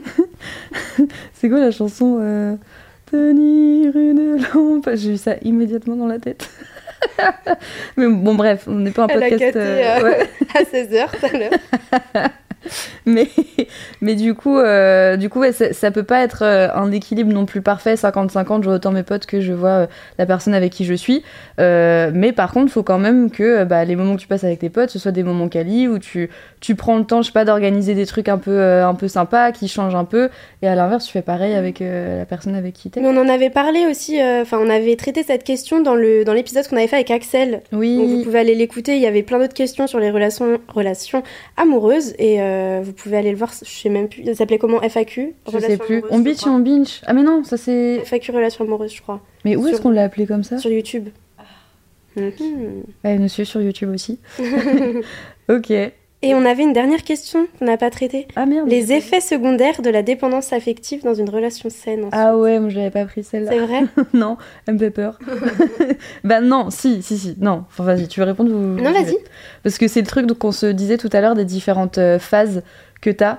C'est quoi la chanson euh... tenir une lampe, j'ai eu ça immédiatement dans la tête. Mais bon bref, on n'est pas un Elle podcast a capté, euh, ouais. à seize heures tout à l'heure. mais, mais du coup, euh, du coup ouais, ça, ça peut pas être euh, un équilibre non plus parfait, cinquante cinquante, je vois autant mes potes que je vois euh, la personne avec qui je suis. Euh, mais par contre, il faut quand même que bah, les moments que tu passes avec tes potes, ce soit des moments quali où tu, tu prends le temps, je sais pas, d'organiser des trucs un peu, euh, un peu sympas, qui changent un peu. Et à l'inverse, tu fais pareil avec euh, la personne avec qui t'es. Mais on en avait parlé aussi, enfin, euh, on avait traité cette question dans, le, dans l'épisode qu'on avait fait avec Axel. Oui. Donc vous pouvez aller l'écouter, il y avait plein d'autres questions sur les relations, relations amoureuses. Et euh, vous pouvez aller le voir, je sais même plus, ça s'appelait comment, F A Q? Je sais plus. On bitch et on binge. Ah mais non, ça c'est... F A Q relations amoureuses, je crois. Mais où sur... est-ce qu'on l'a appelé comme ça? Sur YouTube. Ah. Mm-hmm. Allez nous suivre sur YouTube aussi. Ok. Et on avait une dernière question qu'on n'a pas traitée. Ah merde. Les effets secondaires de la dépendance affective dans une relation saine. Ensuite. Ah ouais, moi j'avais pas pris celle-là. C'est vrai? Non, elle me fait peur. Bah non, si, si, si. Non, enfin vas-y, tu veux répondre ou... Non, vas-y. Parce que c'est le truc qu'on se disait tout à l'heure des différentes euh, phases que t'as.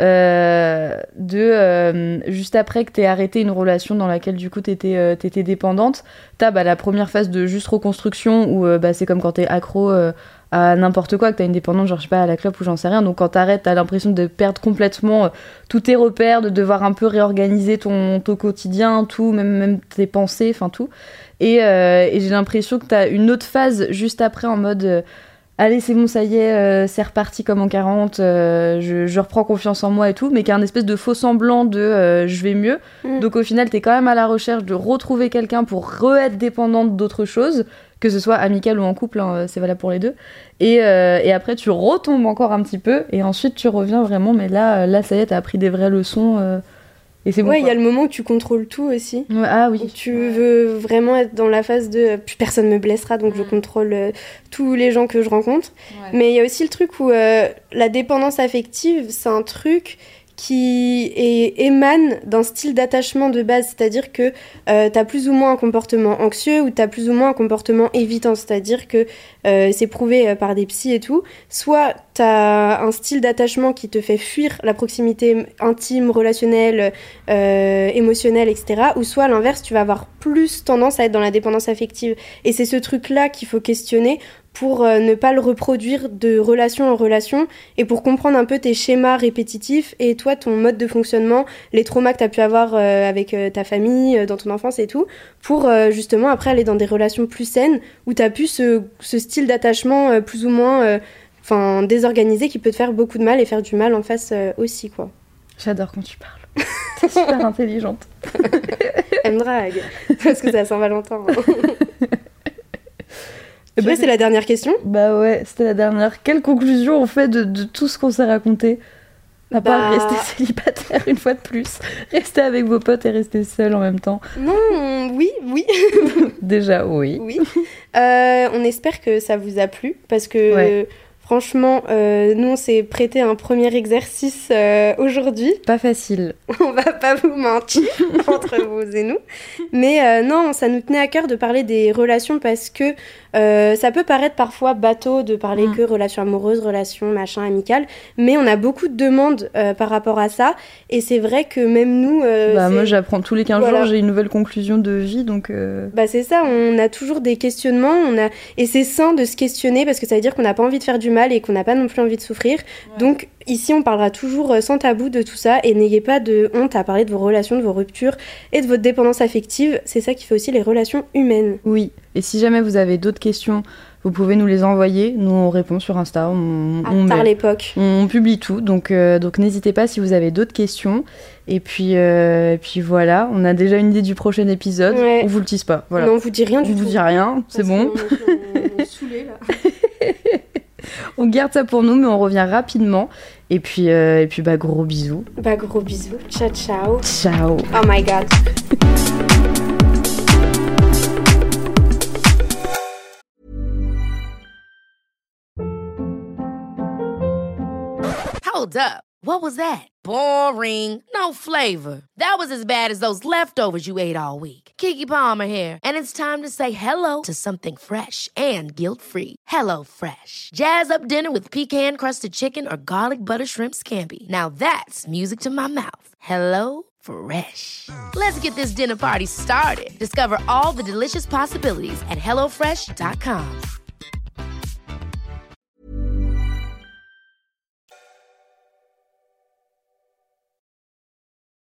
Euh, de euh, juste après que t'aies arrêté une relation dans laquelle du coup t'étais, euh, t'étais dépendante, t'as bah, la première phase de juste reconstruction où euh, bah, c'est comme quand t'es accro euh, à n'importe quoi, que t'as une dépendance, genre je sais pas, à la clope ou j'en sais rien, donc quand t'arrêtes t'as l'impression de perdre complètement euh, tous tes repères, de devoir un peu réorganiser ton, ton quotidien, tout, même, même tes pensées, enfin tout, et, euh, et j'ai l'impression que t'as une autre phase juste après en mode euh, allez c'est bon ça y est, euh, c'est reparti comme en quarante, euh, je, je reprends confiance en moi et tout, mais qui a un espèce de faux semblant de euh, je vais mieux, mmh. Donc au final t'es quand même à la recherche de retrouver quelqu'un pour re-être dépendante d'autre chose, que ce soit amical ou en couple, hein, c'est valable pour les deux, et, euh, et après tu retombes encore un petit peu, et ensuite tu reviens vraiment, mais là, là ça y est, t'as appris des vraies leçons, euh, et c'est bon. Ouais, il y a le moment où tu contrôles tout aussi. Ouais, ah oui. Où tu veux vraiment être dans la phase de plus personne me blessera, donc mmh. je contrôle euh, tous les gens que je rencontre. Ouais. Mais il y a aussi le truc où euh, la dépendance affective, c'est un truc qui est, émane d'un style d'attachement de base, c'est-à-dire que euh, t'as plus ou moins un comportement anxieux ou t'as plus ou moins un comportement évitant, c'est-à-dire que euh, c'est prouvé euh, par des psys et tout, soit t'as un style d'attachement qui te fait fuir la proximité intime, relationnelle, euh, émotionnelle, et cetera, ou soit à l'inverse, tu vas avoir plus tendance à être dans la dépendance affective. Et c'est ce truc-là qu'il faut questionner pour euh, ne pas le reproduire de relation en relation et pour comprendre un peu tes schémas répétitifs et toi, ton mode de fonctionnement, les traumas que tu as pu avoir euh, avec euh, ta famille, euh, dans ton enfance et tout, pour euh, justement après aller dans des relations plus saines où tu as pu ce, ce style d'attachement euh, plus ou moins enfin euh, désorganisé qui peut te faire beaucoup de mal et faire du mal en face euh, aussi, quoi. J'adore quand tu parles. T'es super intelligente. Elle me drague, parce que c'est à Saint-Valentin. Hein. Et bah, c'est la dernière question. Bah ouais, c'était la dernière. Quelle conclusion on fait de, de tout ce qu'on s'est raconté? À part bah... rester célibataire une fois de plus. Rester avec vos potes et rester seul en même temps. Non, oui, oui. Déjà, oui. Oui. Euh, on espère que ça vous a plu, parce que... Ouais. Franchement, euh, nous, on s'est prêté un premier exercice euh, aujourd'hui. Pas facile. On va pas vous mentir, entre vous et nous. Mais euh, non, ça nous tenait à cœur de parler des relations parce que euh, ça peut paraître parfois bateau de parler mmh. que relations amoureuses, relations machin, amicales. Mais on a beaucoup de demandes euh, par rapport à ça. Et c'est vrai que même nous... Euh, bah, moi, j'apprends tous les quinze voilà. jours, j'ai une nouvelle conclusion de vie. Donc euh... bah, c'est ça, on a toujours des questionnements. On a... Et c'est sain de se questionner parce que ça veut dire qu'on n'a pas envie de faire du mal et qu'on n'a pas non plus envie de souffrir. Ouais. Donc ici, on parlera toujours sans tabou de tout ça et n'ayez pas de honte à parler de vos relations, de vos ruptures et de votre dépendance affective. C'est ça qui fait aussi les relations humaines. Oui, et si jamais vous avez d'autres questions, vous pouvez nous les envoyer. Nous, on répond sur Insta. On, à on tard met, l'époque. On publie tout, donc, euh, donc n'hésitez pas si vous avez d'autres questions. Et puis, euh, et puis voilà, on a déjà une idée du prochain épisode. Ouais. On vous le tease pas. Voilà. Non, on vous dit rien du on tout. On vous dit rien, c'est bon. On est, on est saoulés, là. On garde ça pour nous, mais on revient rapidement. Et puis, euh, et puis bah, gros bisous. Bah, gros bisous. Ciao, ciao. Ciao. Oh my God. Hold up. What was that? Boring. No flavor. That was as bad as those leftovers you ate all week. Keke Palmer here, and it's time to say hello to something fresh and guilt-free. Hello Fresh. Jazz up dinner with pecan-crusted chicken or garlic butter shrimp scampi. Now that's music to my mouth. Hello Fresh. Let's get this dinner party started. Discover all the delicious possibilities at hello fresh dot com.